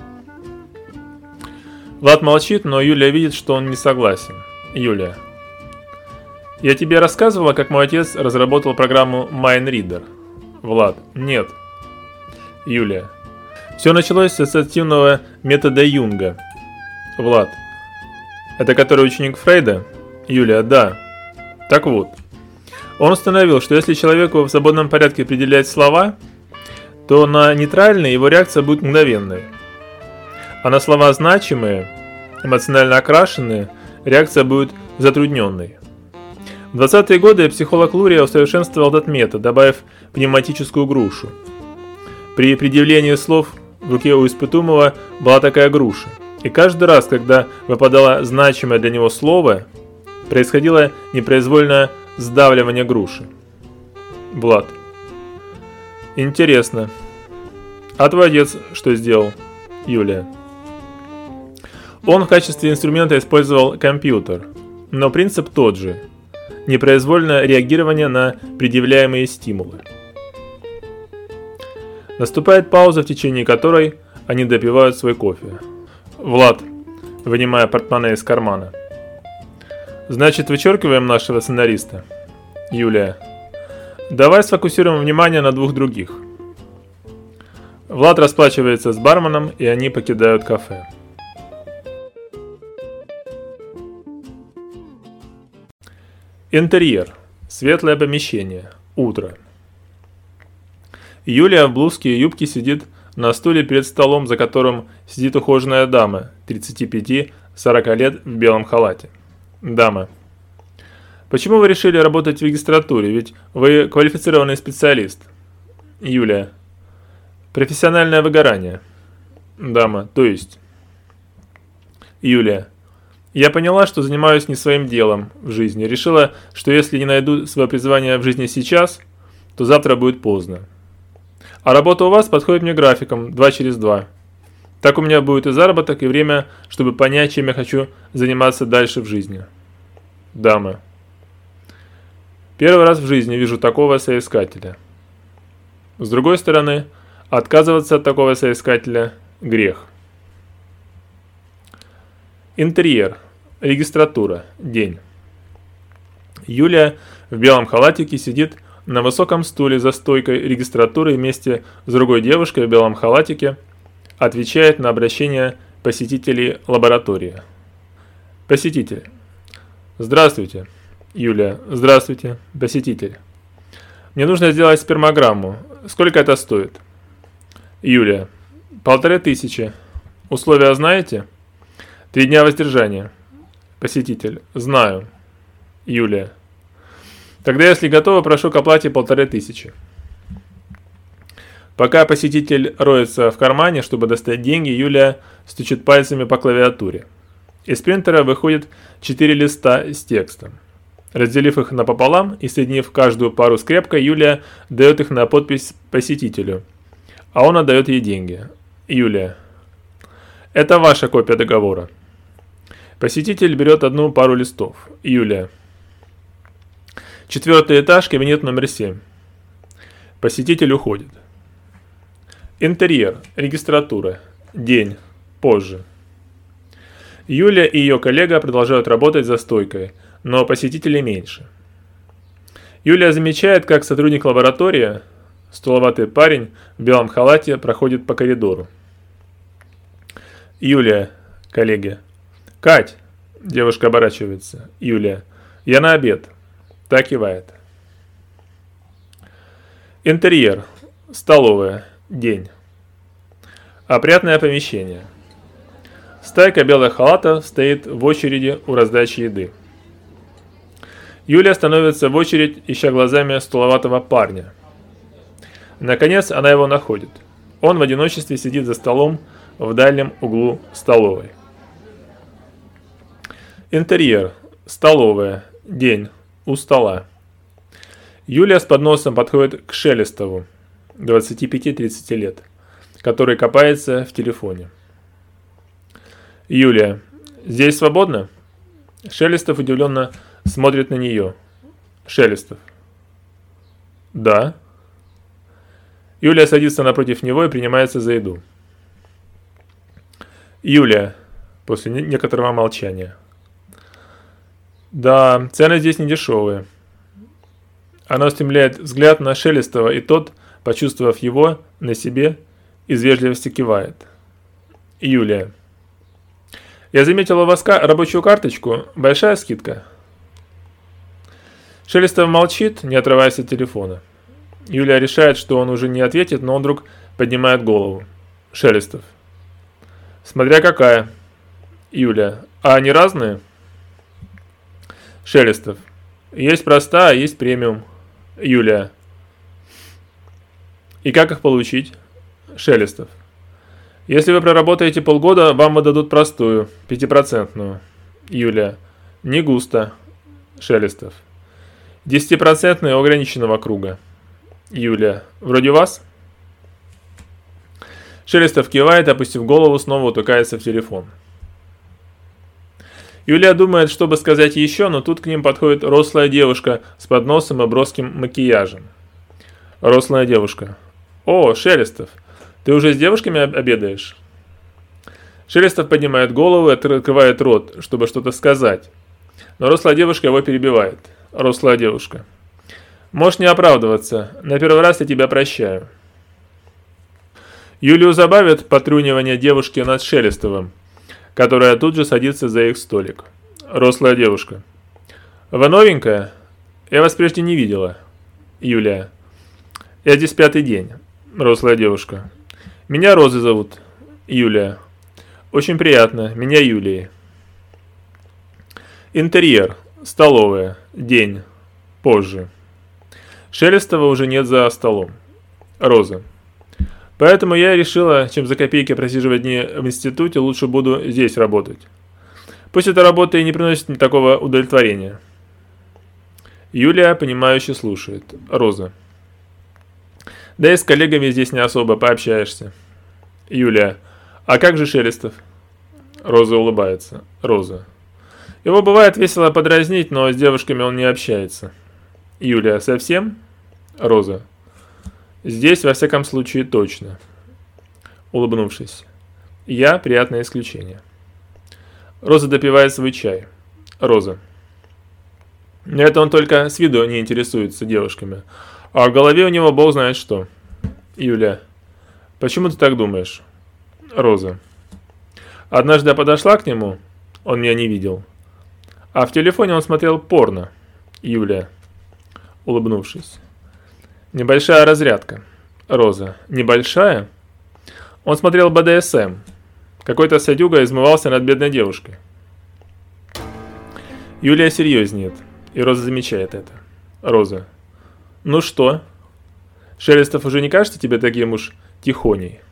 Влад молчит, но Юлия видит, что он не согласен. Юлия. Я тебе рассказывала, как мой отец разработал программу MindReader. Влад. Нет. Юлия. Все началось с ассоциативного метода Юнга. Влад. Это который ученик Фрейда? Юлия. Да. Так вот. Он установил, что если человеку в свободном порядке определять слова, то на нейтральные его реакция будет мгновенной. А на слова значимые, эмоционально окрашенные, реакция будет затрудненной. В двадцатые годы психолог Лурия усовершенствовал этот метод, добавив пневматическую грушу. При предъявлении слов в руке у испытуемого была такая груша. И каждый раз, когда выпадало значимое для него слово, происходило непроизвольное сдавливание груши. Влад. Интересно. А твой отец что сделал? Юлия. Он в качестве инструмента использовал компьютер, но принцип тот же. Непроизвольное реагирование на предъявляемые стимулы. Наступает пауза, в течение которой они допивают свой кофе. Влад, вынимая портмоне из кармана. Значит, вычеркиваем нашего сценариста? Юлия. Давай сфокусируем внимание на двух других. Влад расплачивается с барменом, и они покидают кафе. Интерьер. Светлое помещение. Утро. Юлия в блузке и юбке сидит на стуле перед столом, за которым сидит ухоженная дама, тридцати пяти - сорока лет, в белом халате. Дама. Почему вы решили работать в регистратуре? Ведь вы квалифицированный специалист. Юлия. Профессиональное выгорание. Дама. То есть? Юлия. Я поняла, что занимаюсь не своим делом в жизни. Решила, что если не найду свое призвание в жизни сейчас, то завтра будет поздно. А работа у вас подходит мне графиком два через два. Так у меня будет и заработок, и время, чтобы понять, чем я хочу заниматься дальше в жизни. Дама. Первый раз в жизни вижу такого соискателя. С другой стороны, отказываться от такого соискателя – грех. Интерьер. Регистратура. День. Юлия в белом халатике сидит на высоком стуле за стойкой регистратуры вместе с другой девушкой в белом халатике, отвечает на обращение посетителей лаборатории. Посетитель. Здравствуйте. Юлия. Здравствуйте. Посетитель. Мне нужно сделать спермограмму. Сколько это стоит? Юлия. Полторы тысячи. Условия знаете? Три дня воздержания. Посетитель. Знаю. Юлия. Тогда, если готовы, прошу к оплате полторы тысячи. Пока посетитель роется в кармане, чтобы достать деньги, Юлия стучит пальцами по клавиатуре. Из принтера выходит четыре листа с текстом. Разделив их напополам и соединив каждую пару скрепкой, Юлия дает их на подпись посетителю, а он отдает ей деньги. Юлия. Это ваша копия договора. Посетитель берет одну пару листов. Юлия. Четвертый этаж, кабинет номер семь. Посетитель уходит. Интерьер, регистратура, день, позже. Юлия и ее коллега продолжают работать за стойкой, но посетителей меньше. Юлия замечает, как сотрудник лаборатории, стуловатый парень в белом халате, проходит по коридору. Юлия, коллеги. Кать, девушка оборачивается. Юлия, я на обед. Так кивает. Интерьер, столовая, день. Опрятное помещение. Стайка белых халатов стоит в очереди у раздачи еды. Юлия становится в очередь, ища глазами стуловатого парня. Наконец она его находит. Он в одиночестве сидит за столом в дальнем углу столовой. Интерьер, столовая, день, у стола. Юлия с подносом подходит к Шелестову, двадцати пяти-тридцати лет, который копается в телефоне. Юлия, здесь свободно? Шелестов удивленно смотрит на нее. Шелестов. Да. Юлия садится напротив него и принимается за еду. Юлия, после некоторого молчания. Да, цены здесь не дешевые. Она устремляет взгляд на Шелестова, и тот, почувствовав его на себе, из вежливости кивает. Юлия. Я заметила у вас рабочую карточку. Большая скидка? Шелестов молчит, не отрываясь от телефона. Юлия решает, что он уже не ответит, но он вдруг поднимает голову. Шелестов. Смотря какая. Юлия. А они разные? Шелестов. Есть простая, а есть премиум. Юлия. И как их получить? Шелестов. Если вы проработаете полгода, вам выдадут простую, пятипроцентную. Юлия. Не густо. Шелестов. Десятипроцентную ограниченного круга. Юлия. Вроде вас? Шелестов кивает, опустив голову, снова утыкается в телефон. Юлия думает, что бы сказать еще, но тут к ним подходит рослая девушка с подносом и броским макияжем. Рослая девушка. О, Шелестов, ты уже с девушками обедаешь? Шелестов поднимает голову и открывает рот, чтобы что-то сказать. Но рослая девушка его перебивает. Рослая девушка. Можешь не оправдываться, на первый раз я тебя прощаю. Юлию забавит потрунивание девушки над Шелестовым, которая тут же садится за их столик. Рослая девушка. Вы новенькая? Я вас прежде не видела. Юлия. Я здесь пятый день. Рослая девушка. Меня Розы зовут. Юлия. Очень приятно. Меня Юлией. Интерьер. Столовая. День. Позже. Шелестова уже нет за столом. Роза. Поэтому я решила, чем за копейки просиживать дни в институте, лучше буду здесь работать. Пусть эта работа и не приносит мне такого удовлетворения. Юлия, понимающе слушает. Роза. Да и с коллегами здесь не особо пообщаешься. Юлия. А как же Шелестов? Роза улыбается. Роза. Его бывает весело подразнить, но с девушками он не общается. Юлия. Совсем? Роза. Здесь, во всяком случае, точно. Улыбнувшись. Я приятное исключение. Роза допивает свой чай. Роза. Это он только с виду не интересуется девушками. А в голове у него бог знает что. Юлия. Почему ты так думаешь? Роза. Однажды я подошла к нему, он меня не видел. А в телефоне он смотрел порно. Юлия. Улыбнувшись. Небольшая разрядка. Роза. Небольшая? Он смотрел бэ дэ эс эм. Какой-то садюга измывался над бедной девушкой. Юлия серьезнеет, и Роза замечает это. Роза. Ну что? Шелестов уже не кажется тебе таким уж тихоней?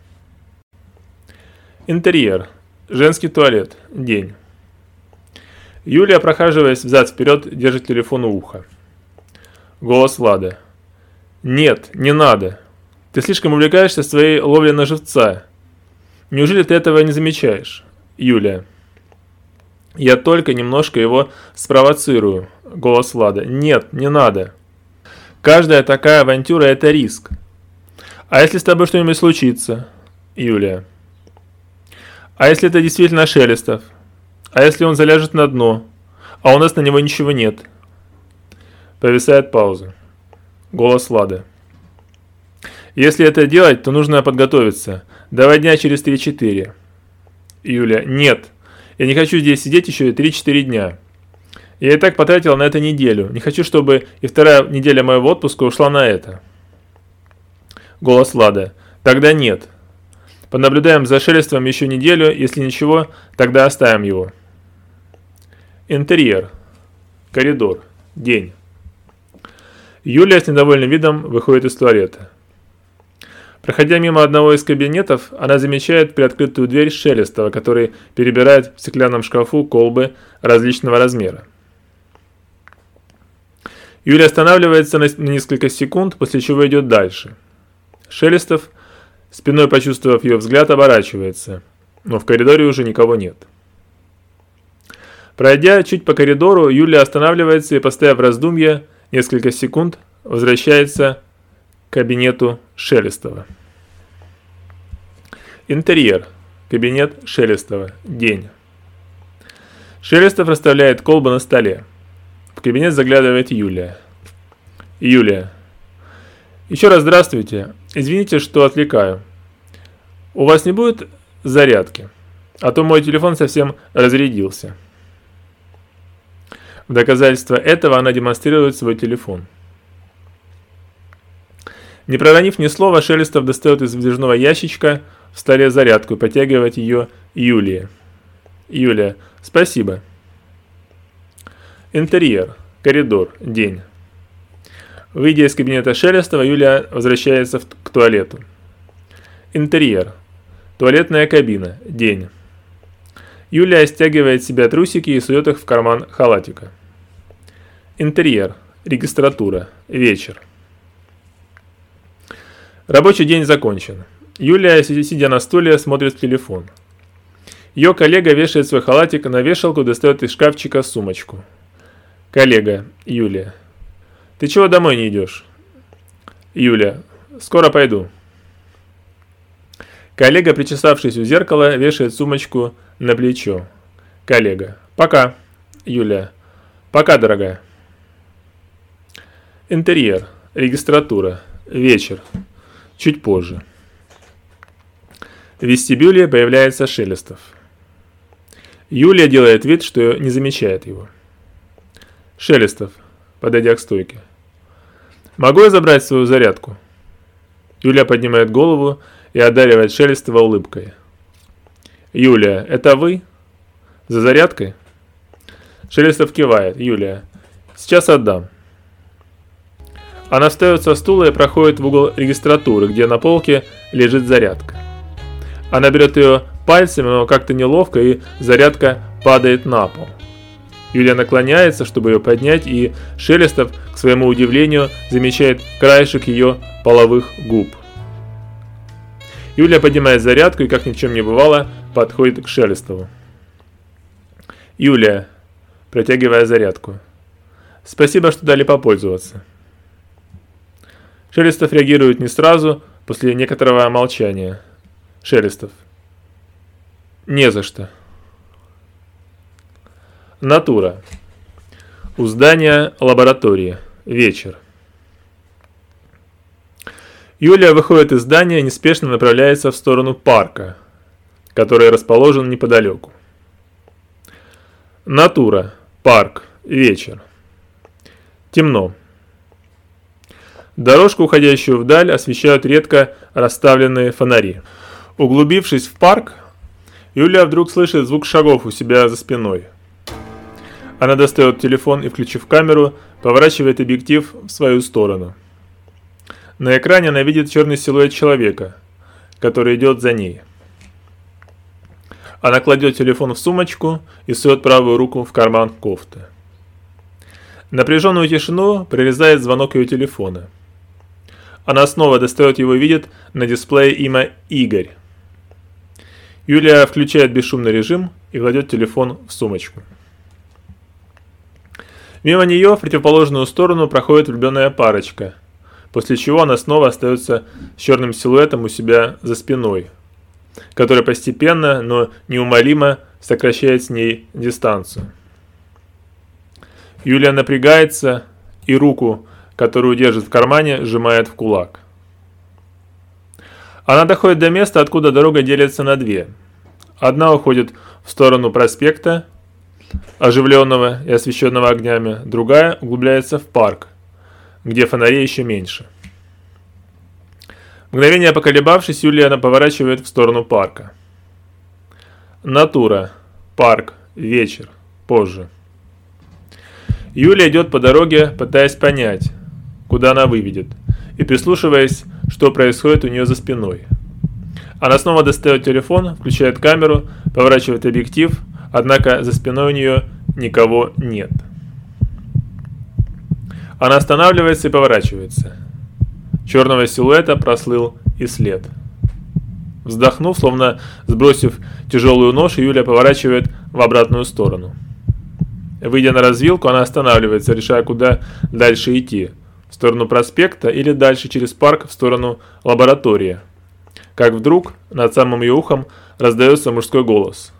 Интерьер. Женский туалет. День. Юлия, прохаживаясь взад-вперед, держит телефон у уха. Голос Влада. Нет, не надо. Ты слишком увлекаешься своей ловлей на живца. Неужели ты этого не замечаешь? Юлия. Я только немножко его спровоцирую. Голос Влада. Нет, не надо. Каждая такая авантюра – это риск. А если с тобой что-нибудь случится? Юлия. А если это действительно Шелестов? А если он заляжет на дно, а у нас на него ничего нет? Повисает пауза. Голос Влада. Если это делать, то нужно подготовиться. Давай дня через три-четыре. Юлия. Нет. Я не хочу здесь сидеть еще и три-четыре дня. Я и так потратила на это неделю. Не хочу, чтобы и вторая неделя моего отпуска ушла на это. Голос Влада. Тогда нет. Понаблюдаем за Шелестовым еще неделю. Если ничего, тогда оставим его. Интерьер. Коридор. День. Юлия с недовольным видом выходит из туалета. Проходя мимо одного из кабинетов, она замечает приоткрытую дверь Шелестова, который перебирает в стеклянном шкафу колбы различного размера. Юлия останавливается на несколько секунд, после чего идет дальше. Шелестов, спиной почувствовав ее взгляд, оборачивается, но в коридоре уже никого нет. Пройдя чуть по коридору, Юлия останавливается и, поставив раздумье, несколько секунд возвращается к кабинету Шелестова. Интерьер. Кабинет Шелестова. День. Шелестов расставляет колбы на столе. В кабинет заглядывает Юлия. Юлия. Еще раз здравствуйте. Извините, что отвлекаю. У вас не будет зарядки? А то мой телефон совсем разрядился. В доказательство этого она демонстрирует свой телефон. Не проронив ни слова, Шелестов достает из выдвижного ящичка в столе зарядку и протягивает ее Юлии. Юлия. Спасибо. Интерьер. Коридор. День. Выйдя из кабинета Шелестова, Юлия возвращается в, к туалету. Интерьер. Туалетная кабина. День. Юлия стягивает с себя трусики и сует их в карман халатика. Интерьер. Регистратура. Вечер. Рабочий день закончен. Юлия, сидя на стуле, смотрит в телефон. Ее коллега вешает свой халатик на вешалку и достает из шкафчика сумочку. Коллега. Юлия. Ты чего домой не идешь? Юлия. Скоро пойду. Коллега, причесавшись у зеркала, вешает сумочку на плечо. Коллега. Пока. Юлия. Пока, дорогая. Интерьер. Регистратура. Вечер. Чуть позже. В вестибюле появляется Шелестов. Юлия делает вид, что не замечает его. Шелестов, подойдя к стойке. Могу я забрать свою зарядку? Юлия поднимает голову и одаривает Шелестова улыбкой. Юлия, это вы? За зарядкой? Шелестов кивает. Юлия, сейчас отдам. Она встает со стула и проходит в угол регистратуры, где на полке лежит зарядка. Она берет ее пальцами, но как-то неловко, и зарядка падает на пол. Юлия наклоняется, чтобы ее поднять, и Шелестов, к своему удивлению, замечает краешек ее половых губ. Юлия поднимает зарядку и, как ни в чем не бывало, подходит к Шелестову. Юлия, протягивая зарядку. Спасибо, что дали попользоваться. Шелестов реагирует не сразу, после некоторого молчания. Шелестов. Не за что. Натура. У здания лаборатории. Вечер. Юлия выходит из здания и неспешно направляется в сторону парка, который расположен неподалеку. Натура. Парк. Вечер. Темно. Дорожку, уходящую вдаль, освещают редко расставленные фонари. Углубившись в парк, Юлия вдруг слышит звук шагов у себя за спиной. Она достает телефон и, включив камеру, поворачивает объектив в свою сторону. На экране она видит черный силуэт человека, который идет за ней. Она кладет телефон в сумочку и сует правую руку в карман кофты. Напряженную тишину прорезает звонок ее телефона. Она снова достает его и видит на дисплее имя Игорь. Юлия включает бесшумный режим и кладет телефон в сумочку. Мимо нее в противоположную сторону проходит влюбленная парочка, после чего она снова остается с черным силуэтом у себя за спиной, который постепенно, но неумолимо сокращает с ней дистанцию. Юлия напрягается и руку, которую держит в кармане, сжимает в кулак. Она доходит до места, откуда дорога делится на две. Одна уходит в сторону проспекта, оживленного и освещенного огнями, другая углубляется в парк, где фонарей еще меньше. Мгновение поколебавшись, Юлия поворачивает в сторону парка. Натура, парк, вечер, позже. Юлия идет по дороге, пытаясь понять, куда она выведет, и прислушиваясь, что происходит у нее за спиной. Она снова достает телефон, включает камеру, поворачивает объектив, однако за спиной у нее никого нет. Она останавливается и поворачивается. Черного силуэта прослыл и след. Вздохнув, словно сбросив тяжелую ношу, Юлия поворачивает в обратную сторону. Выйдя на развилку, она останавливается, решая, куда дальше идти. В сторону проспекта или дальше через парк в сторону лаборатории. Как вдруг над самым ее ухом раздается мужской голос.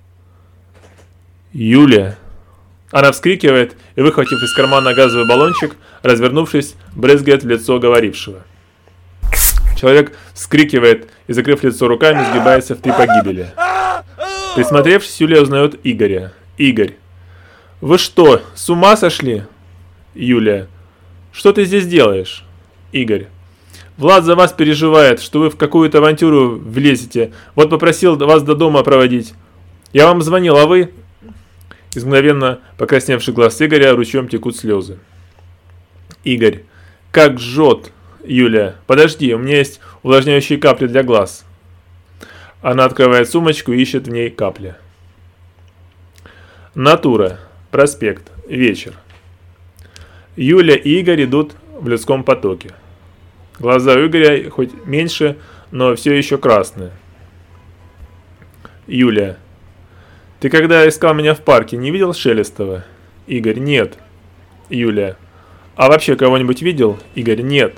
«Юлия!» Она вскрикивает и, выхватив из кармана газовый баллончик, развернувшись, брызгает в лицо говорившего. Человек вскрикивает и, закрыв лицо руками, сгибается в три погибели. Присмотревшись, Юлия узнает Игоря. «Игорь! Вы что, с ума сошли?» Юлия. «Что ты здесь делаешь?» Игорь. «Влад за вас переживает, что вы в какую-то авантюру влезете. Вот попросил вас до дома проводить. Я вам звонил, а вы...» Из мгновенно покрасневших глаз Игоря ручьем текут слезы. Игорь. «Как жжет!» Юлия. «Подожди, у меня есть увлажняющие капли для глаз». Она открывает сумочку и ищет в ней капли. Натура. Проспект. Вечер. Юля и Игорь идут в людском потоке. Глаза у Игоря хоть меньше, но все еще красные. Юлия. «Ты когда искал меня в парке, не видел Шелестова?» Игорь. «Нет». Юлия. «А вообще кого-нибудь видел?» Игорь. «Нет».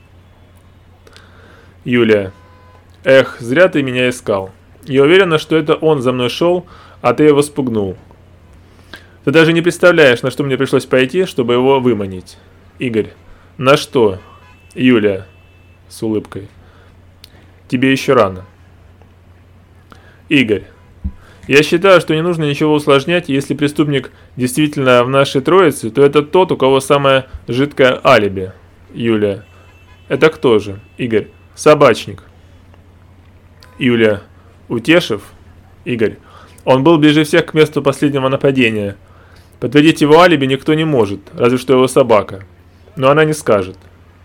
Юлия. «Эх, зря ты меня искал. Я уверена, что это он за мной шел, а ты его спугнул. Ты даже не представляешь, на что мне пришлось пойти, чтобы его выманить». Игорь. «На что?» Юлия. С улыбкой. «Тебе еще рано». Игорь. «Я считаю, что не нужно ничего усложнять, если преступник действительно в нашей троице, то это тот, у кого самое жидкое алиби». Юлия. «Это кто же?» Игорь. «Собачник». Юлия. «Утешев?» Игорь. «Он был ближе всех к месту последнего нападения. Подтвердить его алиби никто не может, разве что его собака. Но она не скажет».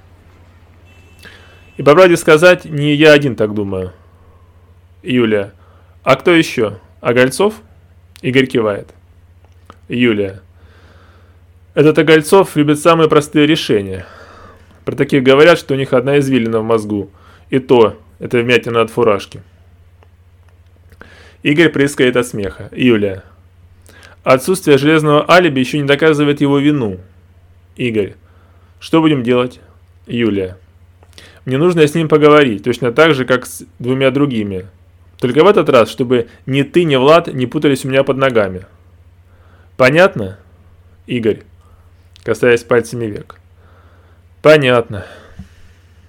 И по правде сказать, не я один так думаю. Юлия. «А кто еще? А Гольцов?» Игорь кивает. Юлия. «Этот Огольцов любит самые простые решения. Про таких говорят, что у них одна извилина в мозгу. И то, это вмятина от фуражки». Игорь прыскает от смеха. Юлия. «Отсутствие железного алиби еще не доказывает его вину». Игорь. «Что будем делать?» Юлия. «Мне нужно с ним поговорить, точно так же, как с двумя другими. Только в этот раз, чтобы ни ты, ни Влад не путались у меня под ногами. Понятно?» Игорь, касаясь пальцами век. «Понятно».